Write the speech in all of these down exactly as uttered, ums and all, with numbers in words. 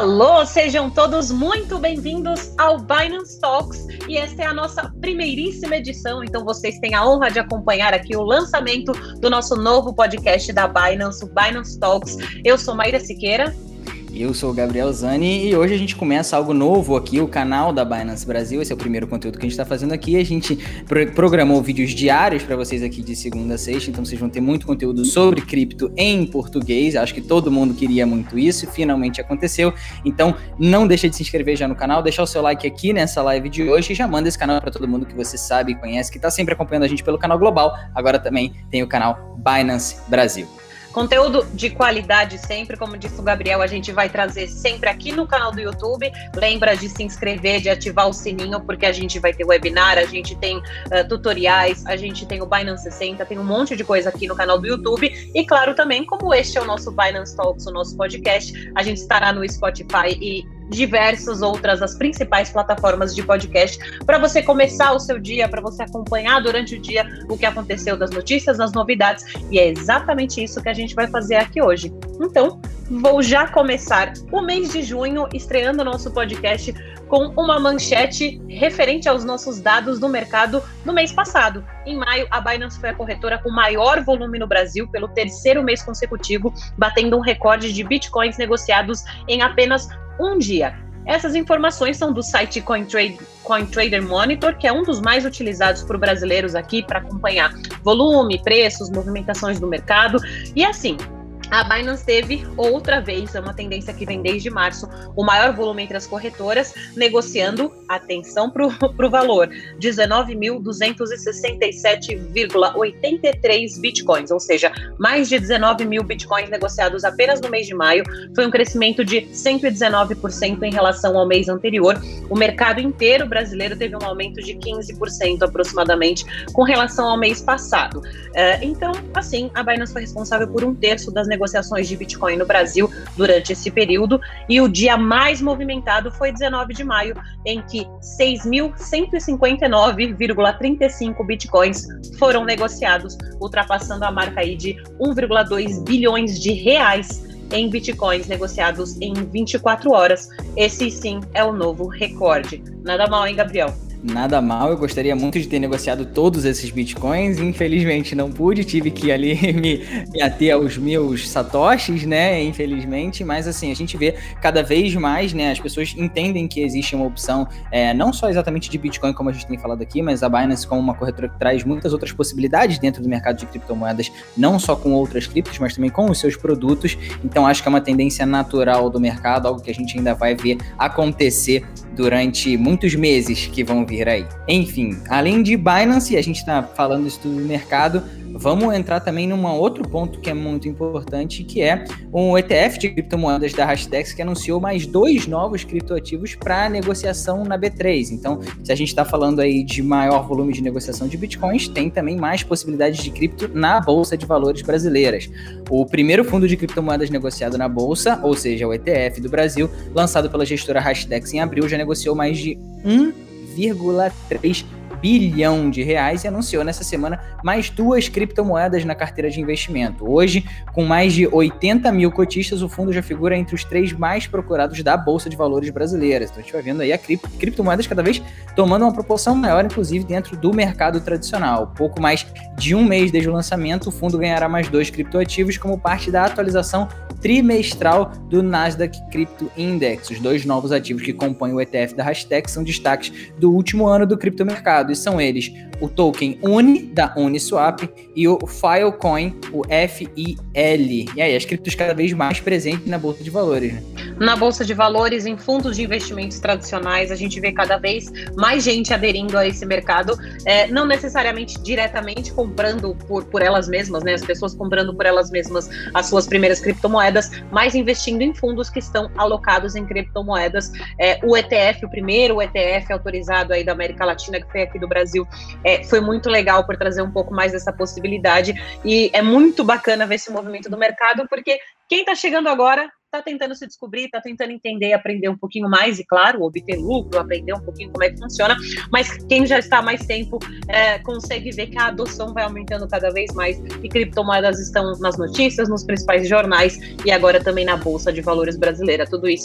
Alô, sejam todos muito bem-vindos ao Binance Talks e esta é a nossa primeiríssima edição, então vocês têm a honra de acompanhar aqui o lançamento do nosso novo podcast da Binance, o Binance Talks. Eu sou Maíra Siqueira. Eu sou o Gabriel Zani e hoje a gente começa algo novo aqui, o canal da Binance Brasil. Esse é o primeiro conteúdo que a gente está fazendo aqui. A gente pro- programou vídeos diários para vocês aqui de segunda a sexta, então vocês vão ter muito conteúdo sobre cripto em português. Acho que todo mundo queria muito isso e finalmente aconteceu. Então não deixa de se inscrever já no canal, deixar o seu like aqui nessa live de hoje e já manda esse canal para todo mundo que você sabe e conhece, que está sempre acompanhando a gente pelo canal Global. Agora também tem o canal Binance Brasil. Conteúdo de qualidade sempre, como disse o Gabriel, a gente vai trazer sempre aqui no canal do YouTube. Lembra de se inscrever, de ativar o sininho, porque a gente vai ter webinar, a gente tem uh, tutoriais, a gente tem o Binance sessenta, tem um monte de coisa aqui no canal do YouTube. E claro também, como este é o nosso Binance Talks, o nosso podcast, a gente estará no Spotify e diversas outras, as principais plataformas de podcast, para você começar o seu dia, para você acompanhar durante o dia o que aconteceu das notícias, das novidades, e é exatamente isso que a gente vai fazer aqui hoje. Então, vou já começar o mês de junho, estreando o nosso podcast com uma manchete referente aos nossos dados do mercado no mês passado. Em maio, a Binance foi a corretora com maior volume no Brasil pelo terceiro mês consecutivo, batendo um recorde de bitcoins negociados em apenas um dia. Essas informações são do site CoinTrade, CoinTrader Monitor, que é um dos mais utilizados por brasileiros aqui para acompanhar volume, preços, movimentações do mercado. E assim, a Binance teve outra vez, é uma tendência que vem desde março, o maior volume entre as corretoras, negociando, atenção para o valor, dezenove mil duzentos e sessenta e sete vírgula oitenta e três bitcoins, ou seja, mais de dezenove mil bitcoins negociados apenas no mês de maio. Foi um crescimento de cento e dezenove por cento em relação ao mês anterior. O mercado inteiro brasileiro teve um aumento de quinze por cento aproximadamente com relação ao mês passado. Uh, então, assim, a Binance foi responsável por um terço das negociações de Bitcoin no Brasil durante esse período, e o dia mais movimentado foi dezenove de maio, em que seis mil cento e cinquenta e nove vírgula trinta e cinco Bitcoins foram negociados, ultrapassando a marca aí de um vírgula dois bilhões de reais em Bitcoins negociados em vinte e quatro horas. Esse sim é o novo recorde. Nada mal, hein, Gabriel? Nada mal, eu gostaria muito de ter negociado todos esses bitcoins, infelizmente não pude, tive que ali me, me ater aos meus satoshis, né, infelizmente, mas assim, a gente vê cada vez mais, né, as pessoas entendem que existe uma opção, é, não só exatamente de bitcoin, como a gente tem falado aqui, mas a Binance como uma corretora que traz muitas outras possibilidades dentro do mercado de criptomoedas, não só com outras criptos, mas também com os seus produtos. Então acho que é uma tendência natural do mercado, algo que a gente ainda vai ver acontecer durante muitos meses que vão vir aí. Enfim, além de Binance, e a gente está falando isso tudo do mercado, vamos entrar também num outro ponto que é muito importante, que é um E T F de criptomoedas da Hashdex, que anunciou mais dois novos criptoativos para negociação na B três. Então, se a gente está falando aí de maior volume de negociação de bitcoins, tem também mais possibilidades de cripto na Bolsa de Valores brasileiras. O primeiro fundo de criptomoedas negociado na Bolsa, ou seja, o E T F do Brasil, lançado pela gestora Hashdex em abril, já negociou mais de um vírgula três bilhão de reais e anunciou nessa semana mais duas criptomoedas na carteira de investimento. Hoje, com mais de oitenta mil cotistas, o fundo já figura entre os três mais procurados da Bolsa de Valores brasileira. Então a gente vai vendo aí a cripto, criptomoedas cada vez tomando uma proporção maior, inclusive dentro do mercado tradicional. Pouco mais de um mês desde o lançamento, o fundo ganhará mais dois criptoativos como parte da atualização trimestral do Nasdaq Crypto Index. Os dois novos ativos que compõem o E T F da Hashdex são destaques do último ano do criptomercado, e são eles o token U N I, da Uniswap, e o Filecoin, o F I L. E aí, as criptos cada vez mais presentes na Bolsa de Valores, né? Na Bolsa de Valores, em fundos de investimentos tradicionais, a gente vê cada vez mais gente aderindo a esse mercado, é, não necessariamente diretamente comprando por, por elas mesmas, né? As pessoas comprando por elas mesmas as suas primeiras criptomoedas, mas investindo em fundos que estão alocados em criptomoedas. É, o E T F, o primeiro E T F autorizado aí da América Latina, que foi aqui do Brasil, é, foi muito legal por trazer um pouco mais dessa possibilidade, e é muito bacana ver esse movimento do mercado, porque quem está chegando agora está tentando se descobrir, está tentando entender, aprender um pouquinho mais, e claro, obter lucro, aprender um pouquinho como é que funciona, mas quem já está há mais tempo é, consegue ver que a adoção vai aumentando cada vez mais, e criptomoedas estão nas notícias, nos principais jornais, e agora também na Bolsa de Valores brasileira. Tudo isso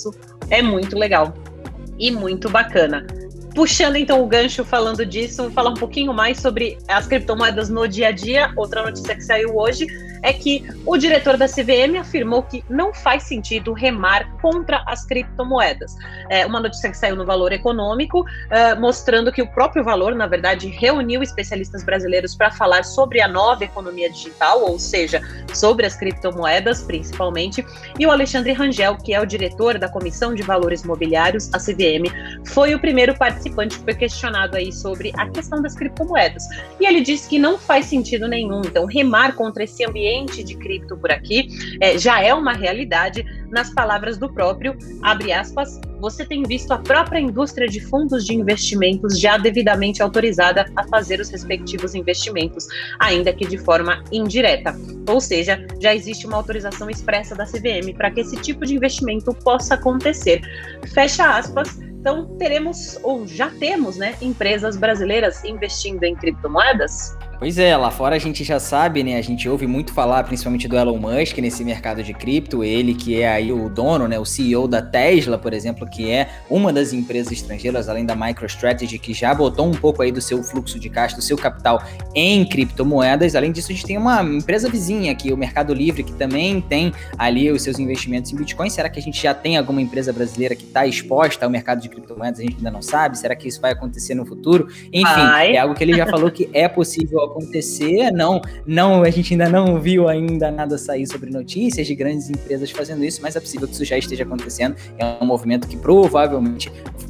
é muito legal e muito bacana. Puxando então o gancho falando disso, vou falar um pouquinho mais sobre as criptomoedas no dia a dia. Outra notícia que saiu hoje é que o diretor da C V M afirmou que não faz sentido remar contra as criptomoedas. É uma notícia que saiu no Valor Econômico, uh, mostrando que o próprio Valor, na verdade, reuniu especialistas brasileiros para falar sobre a nova economia digital, ou seja, sobre as criptomoedas, principalmente. E o Alexandre Rangel, que é o diretor da Comissão de Valores Mobiliários, a C V M, foi o primeiro participante que foi questionado aí sobre a questão das criptomoedas. E ele disse que não faz sentido nenhum, então, remar contra esse ambiente de cripto por aqui é, já é uma realidade. Nas palavras do próprio, abre aspas, você tem visto a própria indústria de fundos de investimentos já devidamente autorizada a fazer os respectivos investimentos, ainda que de forma indireta. Ou seja, já existe uma autorização expressa da C V M para que esse tipo de investimento possa acontecer. Fecha aspas. Então, teremos, ou já temos, né, empresas brasileiras investindo em criptomoedas? Pois é, lá fora a gente já sabe, né, a gente ouve muito falar, principalmente do Elon Musk, nesse mercado de cripto, ele que é aí o dono, né, o C E O da Tesla, por exemplo, que é uma das empresas estrangeiras, além da MicroStrategy, que já botou um pouco aí do seu fluxo de caixa, do seu capital em criptomoedas. Além disso, a gente tem uma empresa vizinha aqui, o Mercado Livre, que também tem ali os seus investimentos em Bitcoin. Será que a gente já tem alguma empresa brasileira que está exposta ao mercado de criptomoedas? A gente ainda não sabe. Será que isso vai acontecer no futuro? Enfim, Ai. é algo que ele já falou que é possível acontecer, não, não, a gente ainda não viu ainda nada sair sobre notícias de grandes empresas fazendo isso, mas é possível que isso já esteja acontecendo, é um movimento que provavelmente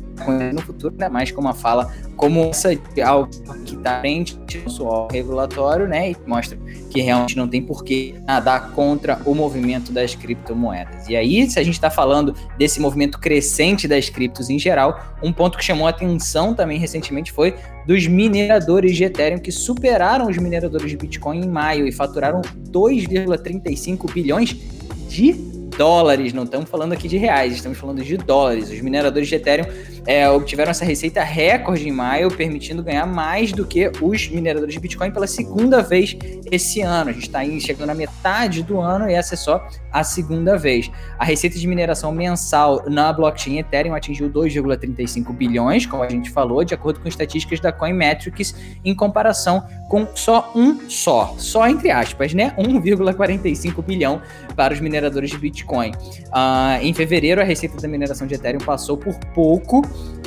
no futuro, né, mais com uma fala como essa de algo que está frente ao regulatório, né, e mostra que realmente não tem por que nadar contra o movimento das criptomoedas. E aí, se a gente está falando desse movimento crescente das criptos em geral, um ponto que chamou a atenção também recentemente foi dos mineradores de Ethereum, que superaram os mineradores de Bitcoin em maio e faturaram dois vírgula trinta e cinco bilhões de dólares, não estamos falando aqui de reais, estamos falando de dólares. Os mineradores de Ethereum é, obtiveram essa receita recorde em maio, permitindo ganhar mais do que os mineradores de Bitcoin pela segunda vez esse ano. A gente está chegando na metade do ano e essa é só a segunda vez. A receita de mineração mensal na blockchain Ethereum atingiu dois vírgula trinta e cinco bilhões, como a gente falou, de acordo com estatísticas da Coinmetrics, em comparação com só um só, só entre aspas, né? um vírgula quarenta e cinco bilhão para os mineradores de Bitcoin. Uh, em fevereiro, a receita da mineração de Ethereum passou por pouco,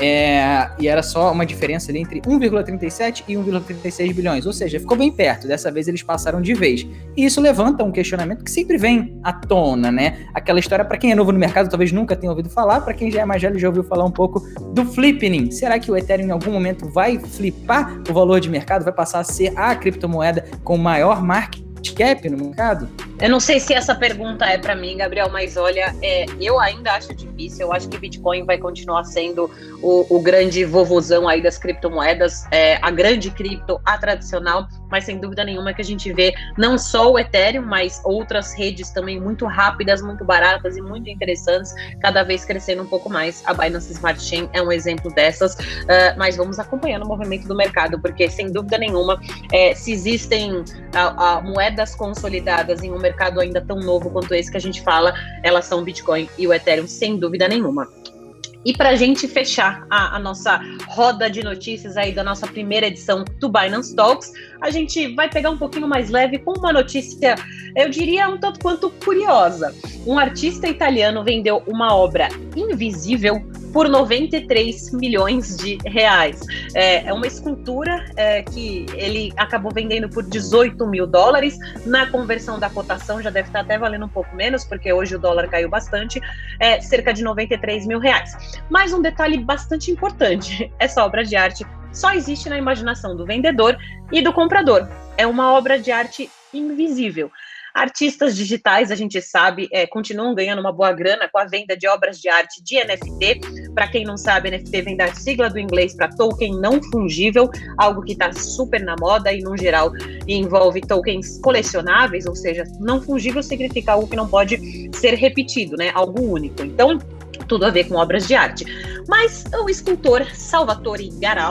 é, e era só uma diferença ali entre um vírgula trinta e sete e um vírgula trinta e seis bilhões, ou seja, ficou bem perto. Dessa vez eles passaram de vez. E isso levanta um questionamento que sempre vem à tona, né? Aquela história, para quem é novo no mercado, talvez nunca tenha ouvido falar, para quem já é mais velho já ouviu falar um pouco do flipping. Será que o Ethereum em algum momento vai flipar o valor de mercado, vai passar a ser a criptomoeda com maior market cap no mercado? Eu não sei se essa pergunta é para mim, Gabriel, mas olha, é, eu ainda acho difícil. Eu acho que Bitcoin vai continuar sendo o, o grande vovozão aí das criptomoedas, é, a grande cripto, a tradicional, mas sem dúvida nenhuma que a gente vê não só o Ethereum, mas outras redes também muito rápidas, muito baratas e muito interessantes, cada vez crescendo um pouco mais. A Binance Smart Chain é um exemplo dessas, uh, mas vamos acompanhando o movimento do mercado, porque sem dúvida nenhuma, é, se existem a, a moedas consolidadas em um mercado ainda tão novo quanto esse que a gente fala, elas são o Bitcoin e o Ethereum, sem dúvida nenhuma. E para a gente fechar a, a nossa roda de notícias aí da nossa primeira edição do Binance Talks, a gente vai pegar um pouquinho mais leve com uma notícia, eu diria, um tanto quanto curiosa. Um artista italiano vendeu uma obra invisível por noventa e três milhões de reais. É, é uma escultura é, que ele acabou vendendo por dezoito mil dólares. Na conversão da cotação já deve estar até valendo um pouco menos, porque hoje o dólar caiu bastante, é cerca de noventa e três mil reais. Mas um detalhe bastante importante, essa obra de arte só existe na imaginação do vendedor e do comprador. É uma obra de arte invisível. Artistas digitais, a gente sabe, é, continuam ganhando uma boa grana com a venda de obras de arte de N F T. Para quem não sabe, N F T vem da sigla do inglês para token não fungível, algo que está super na moda e, no geral, envolve tokens colecionáveis, ou seja, não fungível significa algo que não pode ser repetido, né? Algo único. Então, tudo a ver com obras de arte. Mas o escultor Salvatore Garal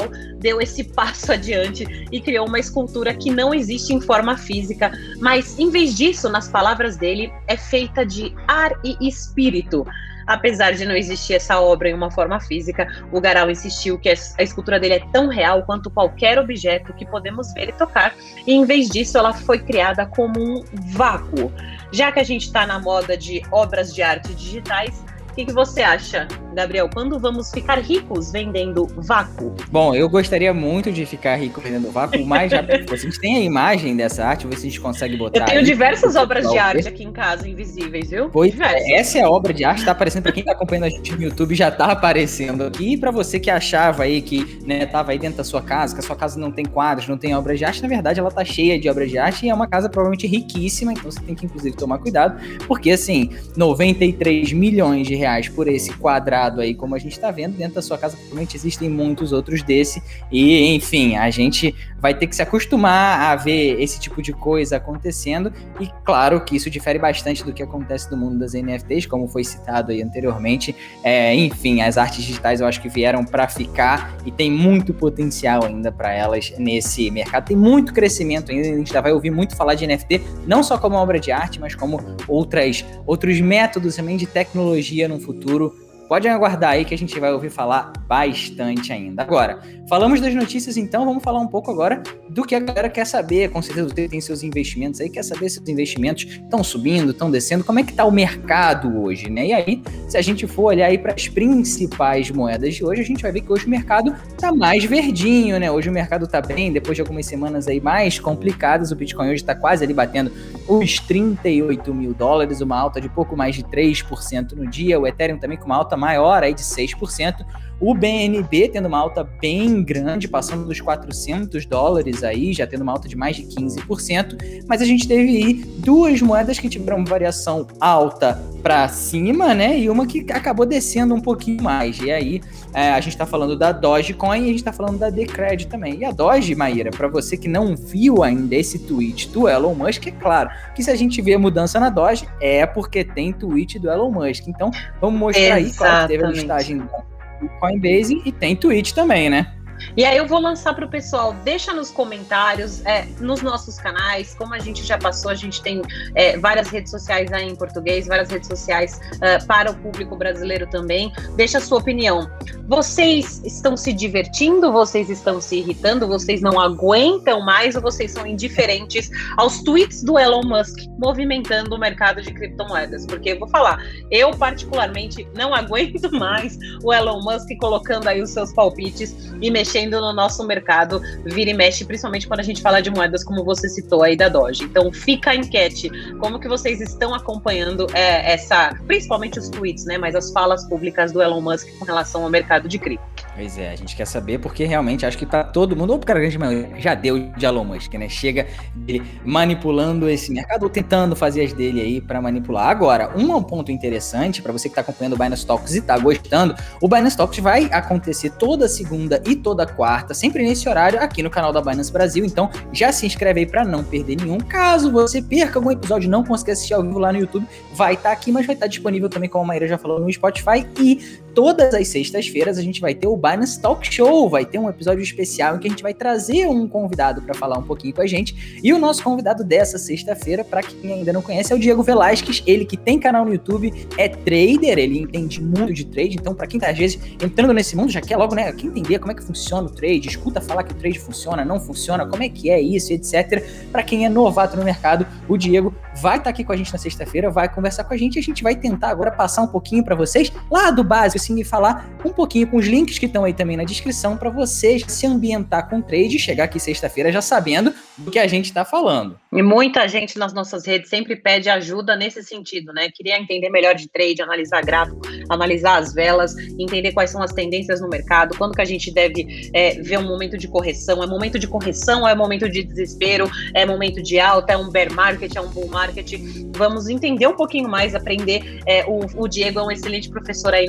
deu esse passo adiante e criou uma escultura que não existe em forma física, mas em vez disso, nas palavras dele, é feita de ar e espírito. Apesar de não existir essa obra em uma forma física, o Garau insistiu que a escultura dele é tão real quanto qualquer objeto que podemos ver e tocar, e em vez disso ela foi criada como um vácuo. Já que a gente está na moda de obras de arte digitais, o que, que você acha, Gabriel? Quando vamos ficar ricos vendendo vácuo? Bom, eu gostaria muito de ficar rico vendendo vácuo o mais rápido possível. A gente tem a imagem dessa arte, ver se a gente consegue botar. Eu tenho aí, diversas obras de arte aqui em casa, invisíveis, viu? Pois, diversas. Essa é a obra de arte, tá aparecendo para quem tá acompanhando a gente no YouTube, já tá aparecendo aqui. E para você que achava aí que, né, tava aí dentro da sua casa, que a sua casa não tem quadros, não tem obras de arte, na verdade ela tá cheia de obras de arte e é uma casa provavelmente riquíssima, então você tem que inclusive tomar cuidado, porque assim, noventa e três milhões de reais por esse quadrado aí, como a gente tá vendo, dentro da sua casa provavelmente existem muitos outros desse, e enfim, a gente vai ter que se acostumar a ver esse tipo de coisa acontecendo, e claro que isso difere bastante do que acontece no mundo das N F Ts, como foi citado aí anteriormente. É, enfim, as artes digitais eu acho que vieram para ficar e tem muito potencial ainda para elas nesse mercado, tem muito crescimento ainda, a gente já vai ouvir muito falar de N F T, não só como obra de arte, mas como outras, outros métodos também de tecnologia no futuro. Pode aguardar aí que a gente vai ouvir falar bastante ainda. Agora, falamos das notícias, então vamos falar um pouco agora do que a galera quer saber. Com certeza você tem seus investimentos aí, quer saber se os investimentos estão subindo, estão descendo, como é que está o mercado hoje, né? E aí, se a gente for olhar aí para as principais moedas de hoje, a gente vai ver que hoje o mercado está mais verdinho, né? Hoje o mercado está bem, depois de algumas semanas aí mais complicadas, o Bitcoin hoje está quase ali batendo os trinta e oito mil dólares, uma alta de pouco mais de três por cento no dia, o Ethereum também com uma alta maior aí de seis por cento, o B N B tendo uma alta bem grande, passando dos quatrocentos dólares aí, já tendo uma alta de mais de quinze por cento, mas a gente teve aí duas moedas que tiveram variação alta para cima, né, e uma que acabou descendo um pouquinho mais, e aí é, a gente tá falando da Dogecoin e a gente tá falando da Decred também, e a Doge, Maíra, para você que não viu ainda esse tweet do Elon Musk, é claro que se a gente vê mudança na Doge, é porque tem tweet do Elon Musk, então vamos mostrar aí, claro, teve a listagem do Coinbase e tem tweet também, né? E aí eu vou lançar para o pessoal, deixa nos comentários, é, nos nossos canais, como a gente já passou, a gente tem é, várias redes sociais aí em português, várias redes sociais uh, para o público brasileiro também, deixa a sua opinião. Vocês estão se divertindo, vocês estão se irritando, vocês não aguentam mais ou vocês são indiferentes aos tweets do Elon Musk movimentando o mercado de criptomoedas? Porque eu vou falar, eu particularmente não aguento mais o Elon Musk colocando aí os seus palpites e mexendo no nosso mercado, vira e mexe, principalmente quando a gente fala de moedas como você citou aí da Doge. Então fica a enquete, como que vocês estão acompanhando é, essa, principalmente os tweets, né, mas as falas públicas do Elon Musk com relação ao mercado de cripto. Pois é, a gente quer saber porque realmente acho que pra todo mundo, ou pra grande maioria, já deu de Elon Musk, né? Chega ele manipulando esse mercado, ou tentando fazer as dele aí pra manipular. Agora, um ponto interessante pra você que tá acompanhando o Binance Talks e tá gostando, o Binance Talks vai acontecer toda segunda e toda quarta, sempre nesse horário aqui no canal da Binance Brasil, então já se inscreve aí pra não perder nenhum. Caso você perca algum episódio e não consiga assistir ao vivo lá no YouTube, vai estar tá aqui, mas vai estar tá disponível também, como a Maíra já falou, no Spotify, e todas as sextas-feiras a gente vai ter o Binance Talk Show, vai ter um episódio especial em que a gente vai trazer um convidado para falar um pouquinho com a gente, e o nosso convidado dessa sexta-feira, para quem ainda não conhece, é o Diego Velasquez, ele que tem canal no YouTube, é trader, ele entende muito de trade, então para quem tá às vezes entrando nesse mundo, já quer logo, né, quer entender como é que funciona o trade, escuta falar que o trade funciona, não funciona, como é que é isso, etcétera. Para quem é novato no mercado, o Diego vai estar tá aqui com a gente na sexta-feira, vai conversar com a gente, e a gente vai tentar agora passar um pouquinho para vocês, lá do básico, assim, e falar um pouquinho com os links que estão aí também na descrição para vocês se ambientar com trade e chegar aqui sexta-feira já sabendo do que a gente está falando. E muita gente nas nossas redes sempre pede ajuda nesse sentido, né? Queria entender melhor de trade, analisar gráfico, analisar as velas, entender quais são as tendências no mercado, quando que a gente deve é, ver um momento de correção. É momento de correção ou é momento de desespero? É momento de alta? É um bear market? É um bull market? Vamos entender um pouquinho mais, aprender. É, o, o Diego é um excelente professor aí nesse sentido.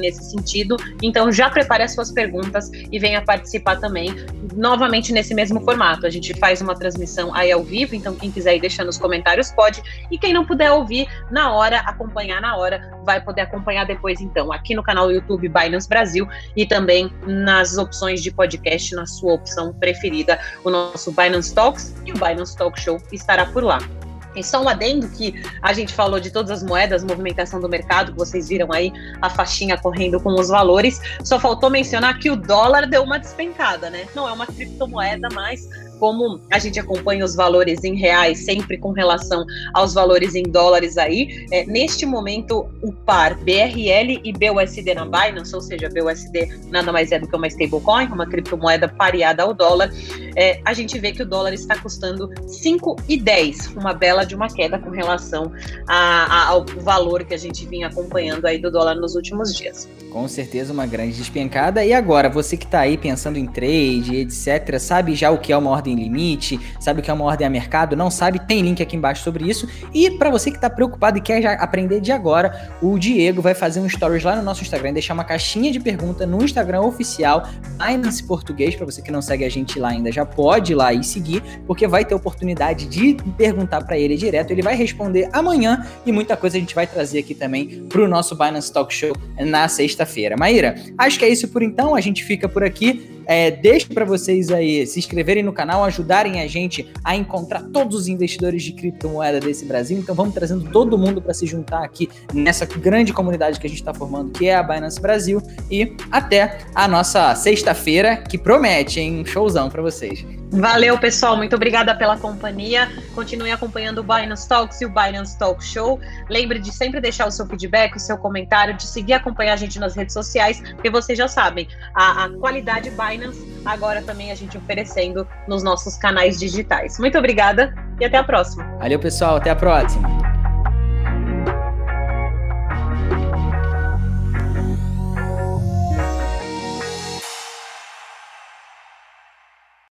sentido. Então já prepare as suas perguntas e venha participar também, novamente nesse mesmo formato. A gente faz uma transmissão aí ao vivo, então quem quiser ir deixando nos comentários pode, e quem não puder ouvir na hora, acompanhar na hora, vai poder acompanhar depois então, aqui no canal do YouTube Binance Brasil e também nas opções de podcast, na sua opção preferida, o nosso Binance Talks e o Binance Talk Show estará por lá. E só um adendo que a gente falou de todas as moedas, movimentação do mercado, que vocês viram aí a faixinha correndo com os valores, só faltou mencionar que o dólar deu uma despencada, né? Não é uma criptomoeda, mas como a gente acompanha os valores em reais, sempre com relação aos valores em dólares aí, é, neste momento o par B R L e B U S D na Binance, ou seja, B U S D nada mais é do que uma stablecoin, uma criptomoeda pareada ao dólar, é, a gente vê que o dólar está custando cinco e dez, uma bela de uma queda com relação a, a, ao valor que a gente vinha acompanhando aí do dólar nos últimos dias. Com certeza uma grande despencada. E agora, você que está aí pensando em trade, etcétera, sabe já o que é uma ordem limite, sabe o que é uma ordem a mercado? Não sabe? Tem link aqui embaixo sobre isso. E para você que está preocupado e quer já aprender de agora, o Diego vai fazer um stories lá no nosso Instagram, deixar uma caixinha de pergunta no Instagram oficial Binance Português. Para você que não segue a gente lá ainda, já pode ir lá e seguir, porque vai ter oportunidade de perguntar para ele direto. Ele vai responder amanhã e muita coisa a gente vai trazer aqui também para o nosso Binance Talk Show na sexta-feira. Maíra, acho que é isso por então, a gente fica por aqui. É, deixo para vocês aí se inscreverem no canal, ajudarem a gente a encontrar todos os investidores de criptomoeda desse Brasil. Então vamos trazendo todo mundo para se juntar aqui nessa grande comunidade que a gente está formando, que é a Binance Brasil. E até a nossa sexta-feira, que promete, hein? Um showzão para vocês. Valeu, pessoal. Muito obrigada pela companhia. Continue acompanhando o Binance Talks e o Binance Talk Show. Lembre de sempre deixar o seu feedback, o seu comentário, de seguir e acompanhar a gente nas redes sociais, porque vocês já sabem, a, a qualidade Binance agora também a gente oferecendo nos nossos canais digitais. Muito obrigada e até a próxima. Valeu, pessoal. Até a próxima.